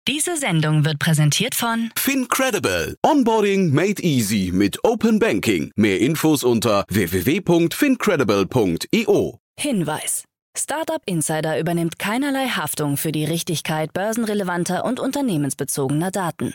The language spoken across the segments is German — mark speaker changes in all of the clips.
Speaker 1: Diese Sendung wird präsentiert von
Speaker 2: FinCredible. Onboarding made easy mit Open Banking. Mehr Infos unter www.fincredible.io.
Speaker 1: Hinweis. Startup Insider übernimmt keinerlei Haftung für die Richtigkeit börsenrelevanter und unternehmensbezogener Daten.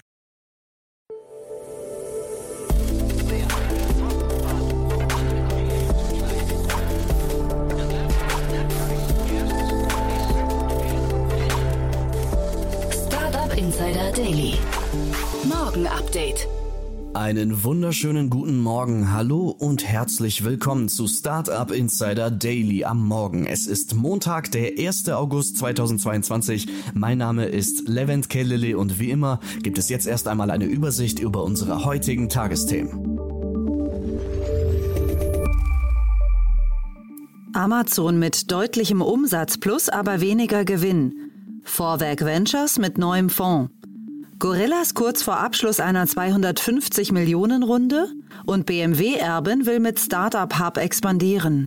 Speaker 1: Startup Insider Daily. Morgen Update.
Speaker 3: Einen wunderschönen guten Morgen, hallo und herzlich willkommen zu Startup Insider Daily am Morgen. Es ist Montag, der 1. August 2022. Mein Name ist Levent Kellele und wie immer gibt es jetzt erst einmal eine Übersicht über unsere heutigen Tagesthemen.
Speaker 4: Amazon mit deutlichem Umsatzplus, aber weniger Gewinn. Vorwerk Ventures mit neuem Fonds. Gorillas kurz vor Abschluss einer 250-Millionen-Runde und BMW-Erbin will mit Startup Hub expandieren.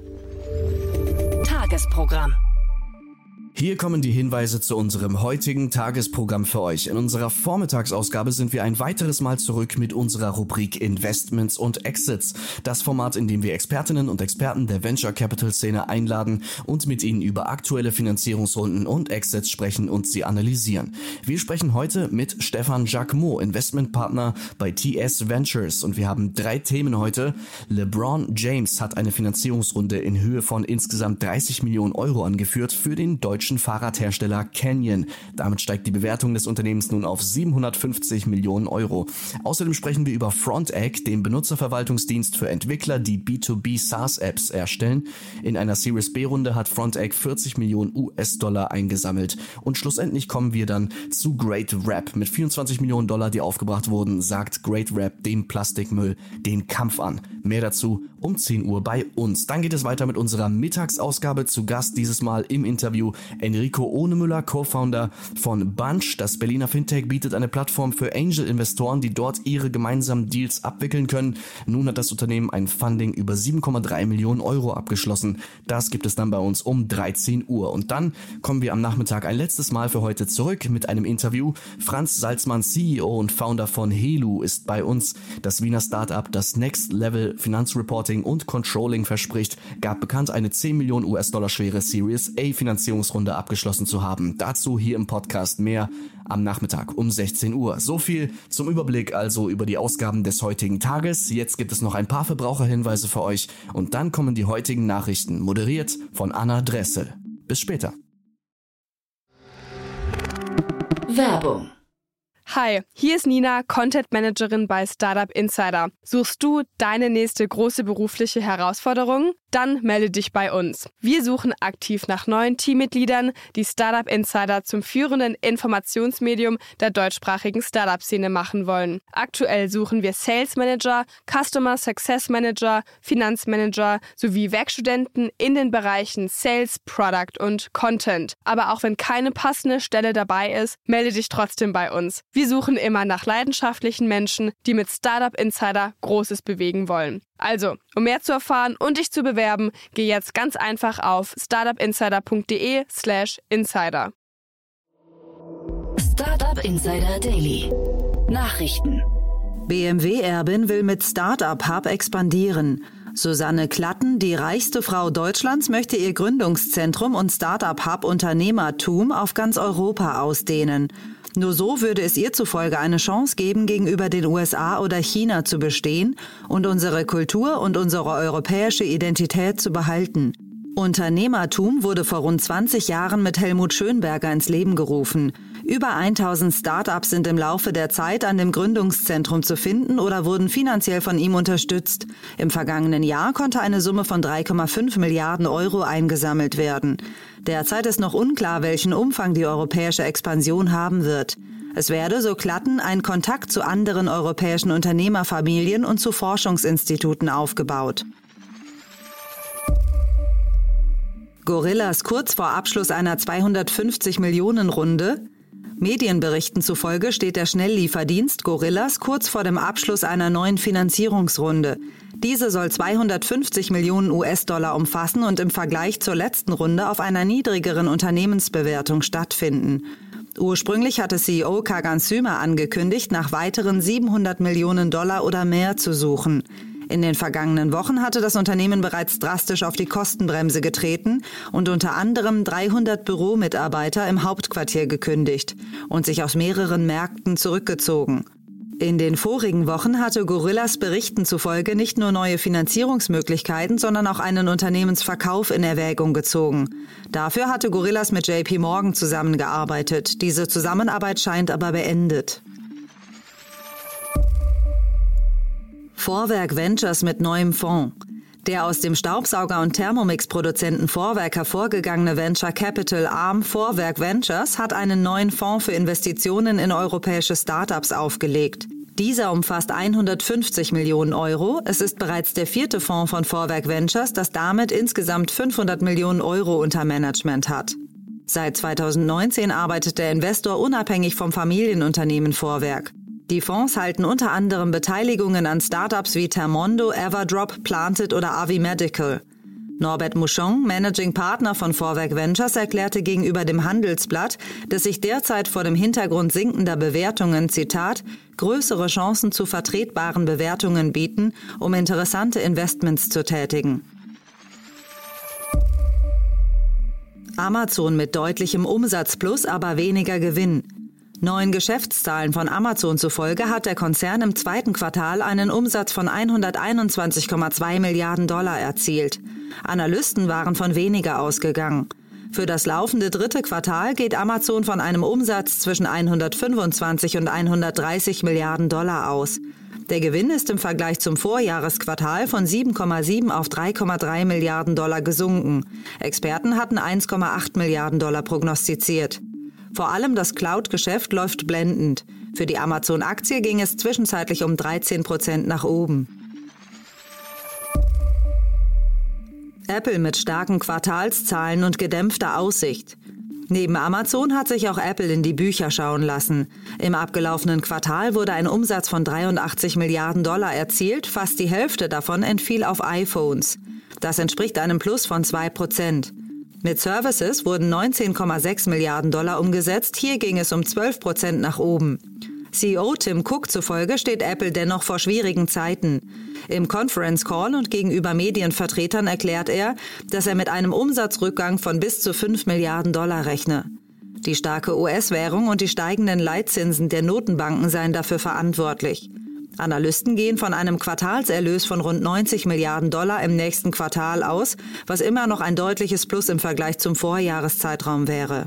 Speaker 1: Tagesprogramm.
Speaker 3: Hier kommen die Hinweise zu unserem heutigen Tagesprogramm für euch. In unserer Vormittagsausgabe sind wir ein weiteres Mal zurück mit unserer Rubrik Investments und Exits. Das Format, in dem wir Expertinnen und Experten der Venture Capital Szene einladen und mit ihnen über aktuelle Finanzierungsrunden und Exits sprechen und sie analysieren. Wir sprechen heute mit Stefan Jacquemot, Investmentpartner bei TS Ventures, und wir haben 3 Themen heute. LeBron James hat eine Finanzierungsrunde in Höhe von insgesamt 30 Millionen Euro angeführt für den deutschen Fahrradhersteller Canyon. Damit steigt die Bewertung des Unternehmens nun auf 750 Millionen Euro. Außerdem sprechen wir über Frontegg, den Benutzerverwaltungsdienst für Entwickler, die B2B SaaS-Apps erstellen. In einer Series B-Runde hat Frontegg 40 Millionen US-Dollar eingesammelt. Und schlussendlich kommen wir dann zu Great Wrap. Mit 24 Millionen Dollar, die aufgebracht wurden, sagt Great Wrap dem Plastikmüll den Kampf an. Mehr dazu um 10 Uhr bei uns. Dann geht es weiter mit unserer Mittagsausgabe. Zu Gast dieses Mal im Interview Enrico Ohnemüller, Co-Founder von Bunch. Das Berliner Fintech bietet eine Plattform für Angel-Investoren, die dort ihre gemeinsamen Deals abwickeln können. Nun hat das Unternehmen ein Funding über 7,3 Millionen Euro abgeschlossen. Das gibt es dann bei uns um 13 Uhr. Und dann kommen wir am Nachmittag ein letztes Mal für heute zurück mit einem Interview. Franz Salzmann, CEO und Founder von Helu, ist bei uns. Das Wiener Startup, das Next Level Finanzreporting und Controlling verspricht, gab bekannt, eine 10 Millionen US-Dollar schwere Series A Finanzierungsrunde abgeschlossen zu haben. Dazu hier im Podcast mehr am Nachmittag um 16 Uhr. So viel zum Überblick also über die Ausgaben des heutigen Tages. Jetzt gibt es noch ein paar Verbraucherhinweise für euch und dann kommen die heutigen Nachrichten, moderiert von Anna Dressel. Bis später.
Speaker 1: Werbung.
Speaker 5: Hi, hier ist Nina, Content Managerin bei Startup Insider. Suchst du deine nächste große berufliche Herausforderung? Dann melde dich bei uns. Wir suchen aktiv nach neuen Teammitgliedern, die Startup Insider zum führenden Informationsmedium der deutschsprachigen Startup-Szene machen wollen. Aktuell suchen wir Sales Manager, Customer Success Manager, Finanzmanager sowie Werkstudenten in den Bereichen Sales, Product und Content. Aber auch wenn keine passende Stelle dabei ist, melde dich trotzdem bei uns. Wir suchen immer nach leidenschaftlichen Menschen, die mit Startup Insider Großes bewegen wollen. Also, um mehr zu erfahren und dich zu bewerben, geh jetzt ganz einfach auf startupinsider.de/insider.
Speaker 1: Startup Insider Daily. Nachrichten.
Speaker 4: BMW-Erbin will mit Startup Hub expandieren. Susanne Klatten, die reichste Frau Deutschlands, möchte ihr Gründungszentrum und Startup Hub Unternehmertum auf ganz Europa ausdehnen. Nur so würde es ihr zufolge eine Chance geben, gegenüber den USA oder China zu bestehen und unsere Kultur und unsere europäische Identität zu behalten. Unternehmertum wurde vor rund 20 Jahren mit Helmut Schönberger ins Leben gerufen. Über 1000 Startups sind im Laufe der Zeit an dem Gründungszentrum zu finden oder wurden finanziell von ihm unterstützt. Im vergangenen Jahr konnte eine Summe von 3,5 Milliarden Euro eingesammelt werden. Derzeit ist noch unklar, welchen Umfang die europäische Expansion haben wird. Es werde, so Klatten, ein Kontakt zu anderen europäischen Unternehmerfamilien und zu Forschungsinstituten aufgebaut. Gorillas kurz vor Abschluss einer 250-Millionen-Runde. Medienberichten zufolge steht der Schnelllieferdienst Gorillas kurz vor dem Abschluss einer neuen Finanzierungsrunde. Diese soll 250 Millionen US-Dollar umfassen und im Vergleich zur letzten Runde auf einer niedrigeren Unternehmensbewertung stattfinden. Ursprünglich hatte CEO Kagan Sümer angekündigt, nach weiteren $700 Millionen oder mehr zu suchen. In den vergangenen Wochen hatte das Unternehmen bereits drastisch auf die Kostenbremse getreten und unter anderem 300 Büromitarbeiter im Hauptquartier gekündigt und sich aus mehreren Märkten zurückgezogen. In den vorigen Wochen hatte Gorillas Berichten zufolge nicht nur neue Finanzierungsmöglichkeiten, sondern auch einen Unternehmensverkauf in Erwägung gezogen. Dafür hatte Gorillas mit JP Morgan zusammengearbeitet. Diese Zusammenarbeit scheint aber beendet. Vorwerk Ventures mit neuem Fonds. Der aus dem Staubsauger- und Thermomix-Produzenten Vorwerk hervorgegangene Venture Capital Arm Vorwerk Ventures hat einen neuen Fonds für Investitionen in europäische Startups aufgelegt. Dieser umfasst 150 Millionen Euro. Es ist bereits der 4. Fonds von Vorwerk Ventures, das damit insgesamt 500 Millionen Euro unter Management hat. Seit 2019 arbeitet der Investor unabhängig vom Familienunternehmen Vorwerk. Die Fonds halten unter anderem Beteiligungen an Startups wie Thermondo, Everdrop, Planted oder Avi Medical. Norbert Mouchon, Managing Partner von Vorwerk Ventures, erklärte gegenüber dem Handelsblatt, dass sich derzeit vor dem Hintergrund sinkender Bewertungen, Zitat, größere Chancen zu vertretbaren Bewertungen bieten, um interessante Investments zu tätigen. Amazon mit deutlichem Umsatzplus, aber weniger Gewinn. Neuen Geschäftszahlen von Amazon zufolge hat der Konzern im zweiten Quartal einen Umsatz von 121,2 Milliarden $ erzielt. Analysten waren von weniger ausgegangen. Für das laufende dritte Quartal geht Amazon von einem Umsatz zwischen 125 und 130 Milliarden $ aus. Der Gewinn ist im Vergleich zum Vorjahresquartal von 7,7 auf 3,3 Milliarden $ gesunken. Experten hatten 1,8 Milliarden $ prognostiziert. Vor allem das Cloud-Geschäft läuft blendend. Für die Amazon-Aktie ging es zwischenzeitlich um 13% nach oben. Apple mit starken Quartalszahlen und gedämpfter Aussicht. Neben Amazon hat sich auch Apple in die Bücher schauen lassen. Im abgelaufenen Quartal wurde ein Umsatz von 83 Milliarden $ erzielt, fast die Hälfte davon entfiel auf iPhones. Das entspricht einem Plus von 2%. Mit Services wurden 19,6 Milliarden $ umgesetzt, hier ging es um 12% nach oben. CEO Tim Cook zufolge steht Apple dennoch vor schwierigen Zeiten. Im Conference Call und gegenüber Medienvertretern erklärt er, dass er mit einem Umsatzrückgang von bis zu 5 Milliarden $ rechne. Die starke US-Währung und die steigenden Leitzinsen der Notenbanken seien dafür verantwortlich. Analysten gehen von einem Quartalserlös von rund 90 Milliarden $ im nächsten Quartal aus, was immer noch ein deutliches Plus im Vergleich zum Vorjahreszeitraum wäre.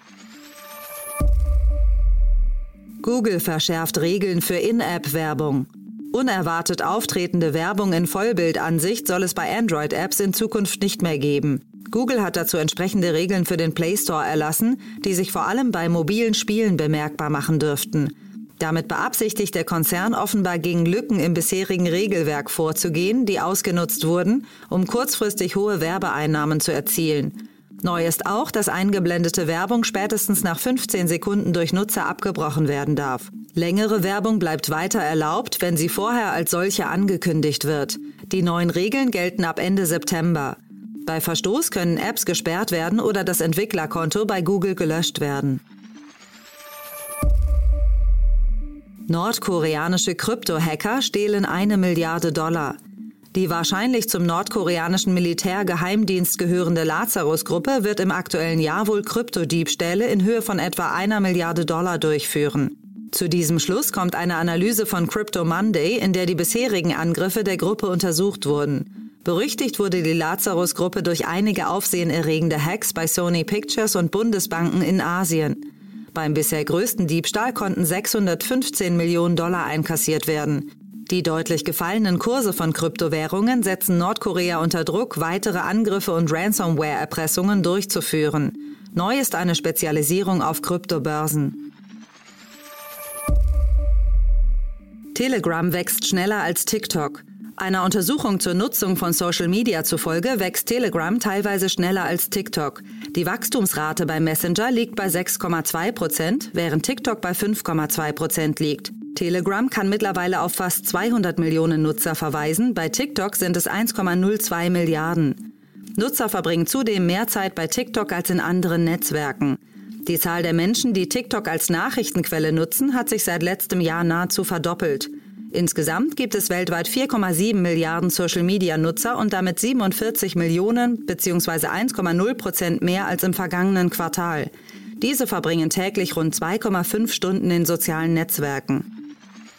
Speaker 4: Google verschärft Regeln für In-App-Werbung. Unerwartet auftretende Werbung in Vollbildansicht soll es bei Android-Apps in Zukunft nicht mehr geben. Google hat dazu entsprechende Regeln für den Play Store erlassen, die sich vor allem bei mobilen Spielen bemerkbar machen dürften. Damit beabsichtigt der Konzern offenbar gegen Lücken im bisherigen Regelwerk vorzugehen, die ausgenutzt wurden, um kurzfristig hohe Werbeeinnahmen zu erzielen. Neu ist auch, dass eingeblendete Werbung spätestens nach 15 Sekunden durch Nutzer abgebrochen werden darf. Längere Werbung bleibt weiter erlaubt, wenn sie vorher als solche angekündigt wird. Die neuen Regeln gelten ab Ende September. Bei Verstoß können Apps gesperrt werden oder das Entwicklerkonto bei Google gelöscht werden. Nordkoreanische Krypto-Hacker stehlen 1 Milliarde $. Die wahrscheinlich zum nordkoreanischen Militärgeheimdienst gehörende Lazarus-Gruppe wird im aktuellen Jahr wohl Kryptodiebstähle in Höhe von etwa 1 Milliarde $ durchführen. Zu diesem Schluss kommt eine Analyse von Crypto Monday, in der die bisherigen Angriffe der Gruppe untersucht wurden. Berüchtigt wurde die Lazarus-Gruppe durch einige aufsehenerregende Hacks bei Sony Pictures und Bundesbanken in Asien. Beim bisher größten Diebstahl konnten 615 Millionen $ einkassiert werden. Die deutlich gefallenen Kurse von Kryptowährungen setzen Nordkorea unter Druck, weitere Angriffe und Ransomware-Erpressungen durchzuführen. Neu ist eine Spezialisierung auf Kryptobörsen. Telegram wächst schneller als TikTok. Einer Untersuchung zur Nutzung von Social Media zufolge wächst Telegram teilweise schneller als TikTok. Die Wachstumsrate beim Messenger liegt bei 6,2%, während TikTok bei 5,2% liegt. Telegram kann mittlerweile auf fast 200 Millionen Nutzer verweisen, bei TikTok sind es 1,02 Milliarden. Nutzer verbringen zudem mehr Zeit bei TikTok als in anderen Netzwerken. Die Zahl der Menschen, die TikTok als Nachrichtenquelle nutzen, hat sich seit letztem Jahr nahezu verdoppelt. Insgesamt gibt es weltweit 4,7 Milliarden Social-Media-Nutzer und damit 47 Millionen bzw. 1,0% mehr als im vergangenen Quartal. Diese verbringen täglich rund 2,5 Stunden in sozialen Netzwerken.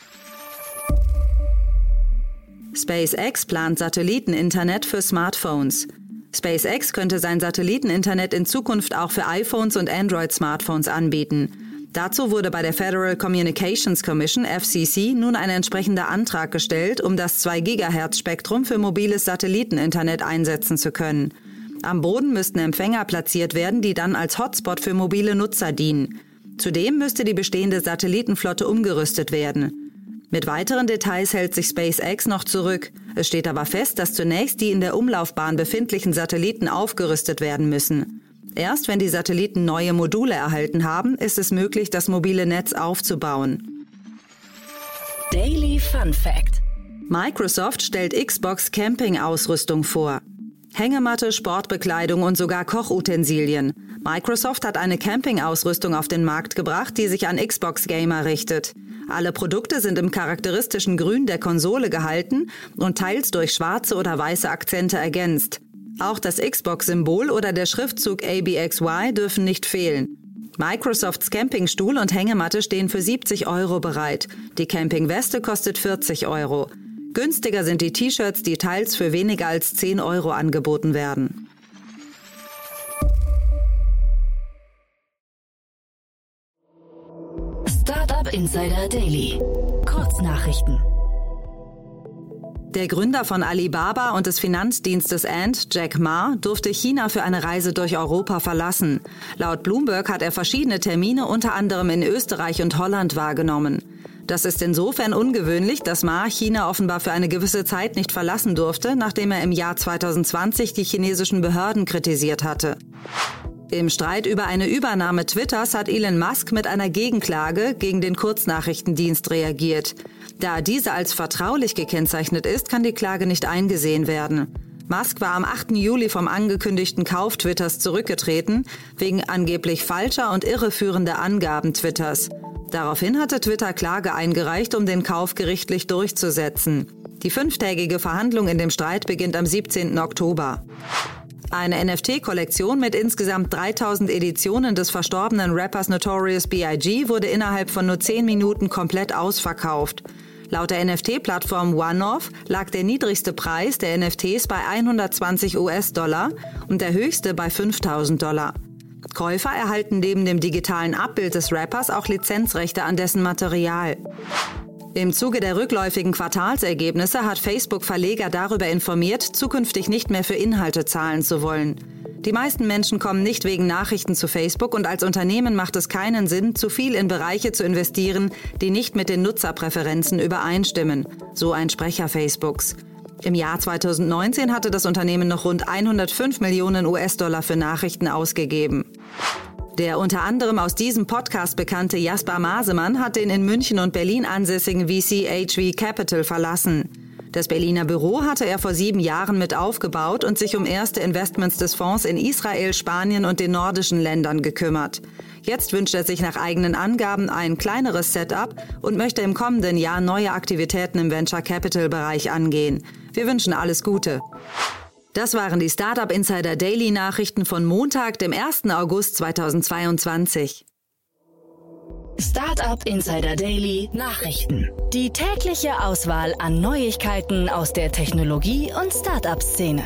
Speaker 4: SpaceX plant Satelliteninternet für Smartphones. SpaceX könnte sein Satelliteninternet in Zukunft auch für iPhones und Android-Smartphones anbieten. Dazu wurde bei der Federal Communications Commission, FCC, nun ein entsprechender Antrag gestellt, um das 2 GHz-Spektrum für mobiles Satelliteninternet einsetzen zu können. Am Boden müssten Empfänger platziert werden, die dann als Hotspot für mobile Nutzer dienen. Zudem müsste die bestehende Satellitenflotte umgerüstet werden. Mit weiteren Details hält sich SpaceX noch zurück. Es steht aber fest, dass zunächst die in der Umlaufbahn befindlichen Satelliten aufgerüstet werden müssen. Erst wenn die Satelliten neue Module erhalten haben, ist es möglich, das mobile Netz aufzubauen.
Speaker 1: Daily Fun Fact:
Speaker 4: Microsoft stellt Xbox Camping-Ausrüstung vor. Hängematte, Sportbekleidung und sogar Kochutensilien. Microsoft hat eine Camping-Ausrüstung auf den Markt gebracht, die sich an Xbox-Gamer richtet. Alle Produkte sind im charakteristischen Grün der Konsole gehalten und teils durch schwarze oder weiße Akzente ergänzt. Auch das Xbox-Symbol oder der Schriftzug ABXY dürfen nicht fehlen. Microsofts Campingstuhl und Hängematte stehen für 70 € bereit. Die Campingweste kostet 40 €. Günstiger sind die T-Shirts, die teils für weniger als 10 € angeboten werden.
Speaker 1: Startup Insider Daily. Kurznachrichten.
Speaker 4: Der Gründer von Alibaba und des Finanzdienstes Ant, Jack Ma, durfte China für eine Reise durch Europa verlassen. Laut Bloomberg hat er verschiedene Termine unter anderem in Österreich und Holland wahrgenommen. Das ist insofern ungewöhnlich, dass Ma China offenbar für eine gewisse Zeit nicht verlassen durfte, nachdem er im Jahr 2020 die chinesischen Behörden kritisiert hatte. Im Streit über eine Übernahme Twitters hat Elon Musk mit einer Gegenklage gegen den Kurznachrichtendienst reagiert. Da diese als vertraulich gekennzeichnet ist, kann die Klage nicht eingesehen werden. Musk war am 8. Juli vom angekündigten Kauf Twitters zurückgetreten, wegen angeblich falscher und irreführender Angaben Twitters. Daraufhin hatte Twitter Klage eingereicht, um den Kauf gerichtlich durchzusetzen. Die 5-tägige Verhandlung in dem Streit beginnt am 17. Oktober. Eine NFT-Kollektion mit insgesamt 3000 Editionen des verstorbenen Rappers Notorious B.I.G. wurde innerhalb von nur 10 Minuten komplett ausverkauft. Laut der NFT-Plattform OneOff lag der niedrigste Preis der NFTs bei $120 und der höchste bei $5.000. Käufer erhalten neben dem digitalen Abbild des Rappers auch Lizenzrechte an dessen Material. Im Zuge der rückläufigen Quartalsergebnisse hat Facebook Verleger darüber informiert, zukünftig nicht mehr für Inhalte zahlen zu wollen. Die meisten Menschen kommen nicht wegen Nachrichten zu Facebook und als Unternehmen macht es keinen Sinn, zu viel in Bereiche zu investieren, die nicht mit den Nutzerpräferenzen übereinstimmen, so ein Sprecher Facebooks. Im Jahr 2019 hatte das Unternehmen noch rund 105 Millionen US-Dollar für Nachrichten ausgegeben. Der unter anderem aus diesem Podcast bekannte Jasper Masemann hat den in München und Berlin ansässigen VC HV Capital verlassen. Das Berliner Büro hatte er vor 7 Jahren mit aufgebaut und sich um erste Investments des Fonds in Israel, Spanien und den nordischen Ländern gekümmert. Jetzt wünscht er sich nach eigenen Angaben ein kleineres Setup und möchte im kommenden Jahr neue Aktivitäten im Venture Capital Bereich angehen. Wir wünschen alles Gute. Das waren die Startup Insider Daily Nachrichten von Montag, dem 1. August 2022.
Speaker 1: Startup Insider Daily Nachrichten. Die tägliche Auswahl an Neuigkeiten aus der Technologie- und Startup-Szene.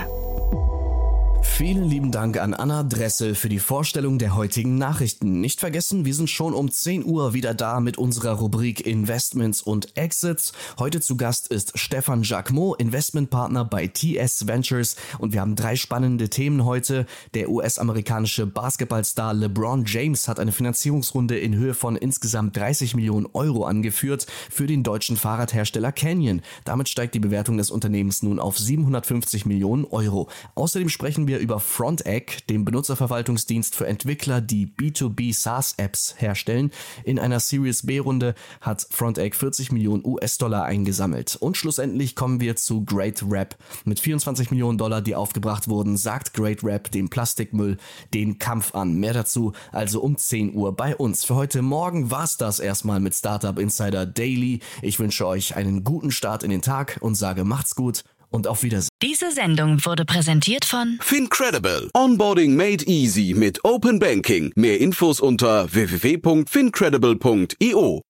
Speaker 3: Vielen lieben Dank an Anna Dressel für die Vorstellung der heutigen Nachrichten. Nicht vergessen, wir sind schon um 10 Uhr wieder da mit unserer Rubrik Investments und Exits. Heute zu Gast ist Stefan Jacquemot, Investmentpartner bei TS Ventures. Und wir haben 3 spannende Themen heute. Der US-amerikanische Basketballstar LeBron James hat eine Finanzierungsrunde in Höhe von insgesamt 30 Millionen Euro angeführt für den deutschen Fahrradhersteller Canyon. Damit steigt die Bewertung des Unternehmens nun auf 750 Millionen Euro. Außerdem sprechen wir wir über Frontech, dem Benutzerverwaltungsdienst für Entwickler, die B2B SaaS-Apps herstellen. In einer Series B-Runde hat Frontech 40 Millionen US-Dollar eingesammelt. Und schlussendlich kommen wir zu Great Rap. Mit 24 Millionen Dollar, die aufgebracht wurden, sagt Great Rap dem Plastikmüll den Kampf an. Mehr dazu also um 10 Uhr bei uns. Für heute Morgen war's das erstmal mit Startup Insider Daily. Ich wünsche euch einen guten Start in den Tag und sage macht's gut und auf Wiedersehen.
Speaker 1: Diese Sendung wurde präsentiert von
Speaker 2: FinCredible. Onboarding made easy mit Open Banking. Mehr Infos unter www.fincredible.io.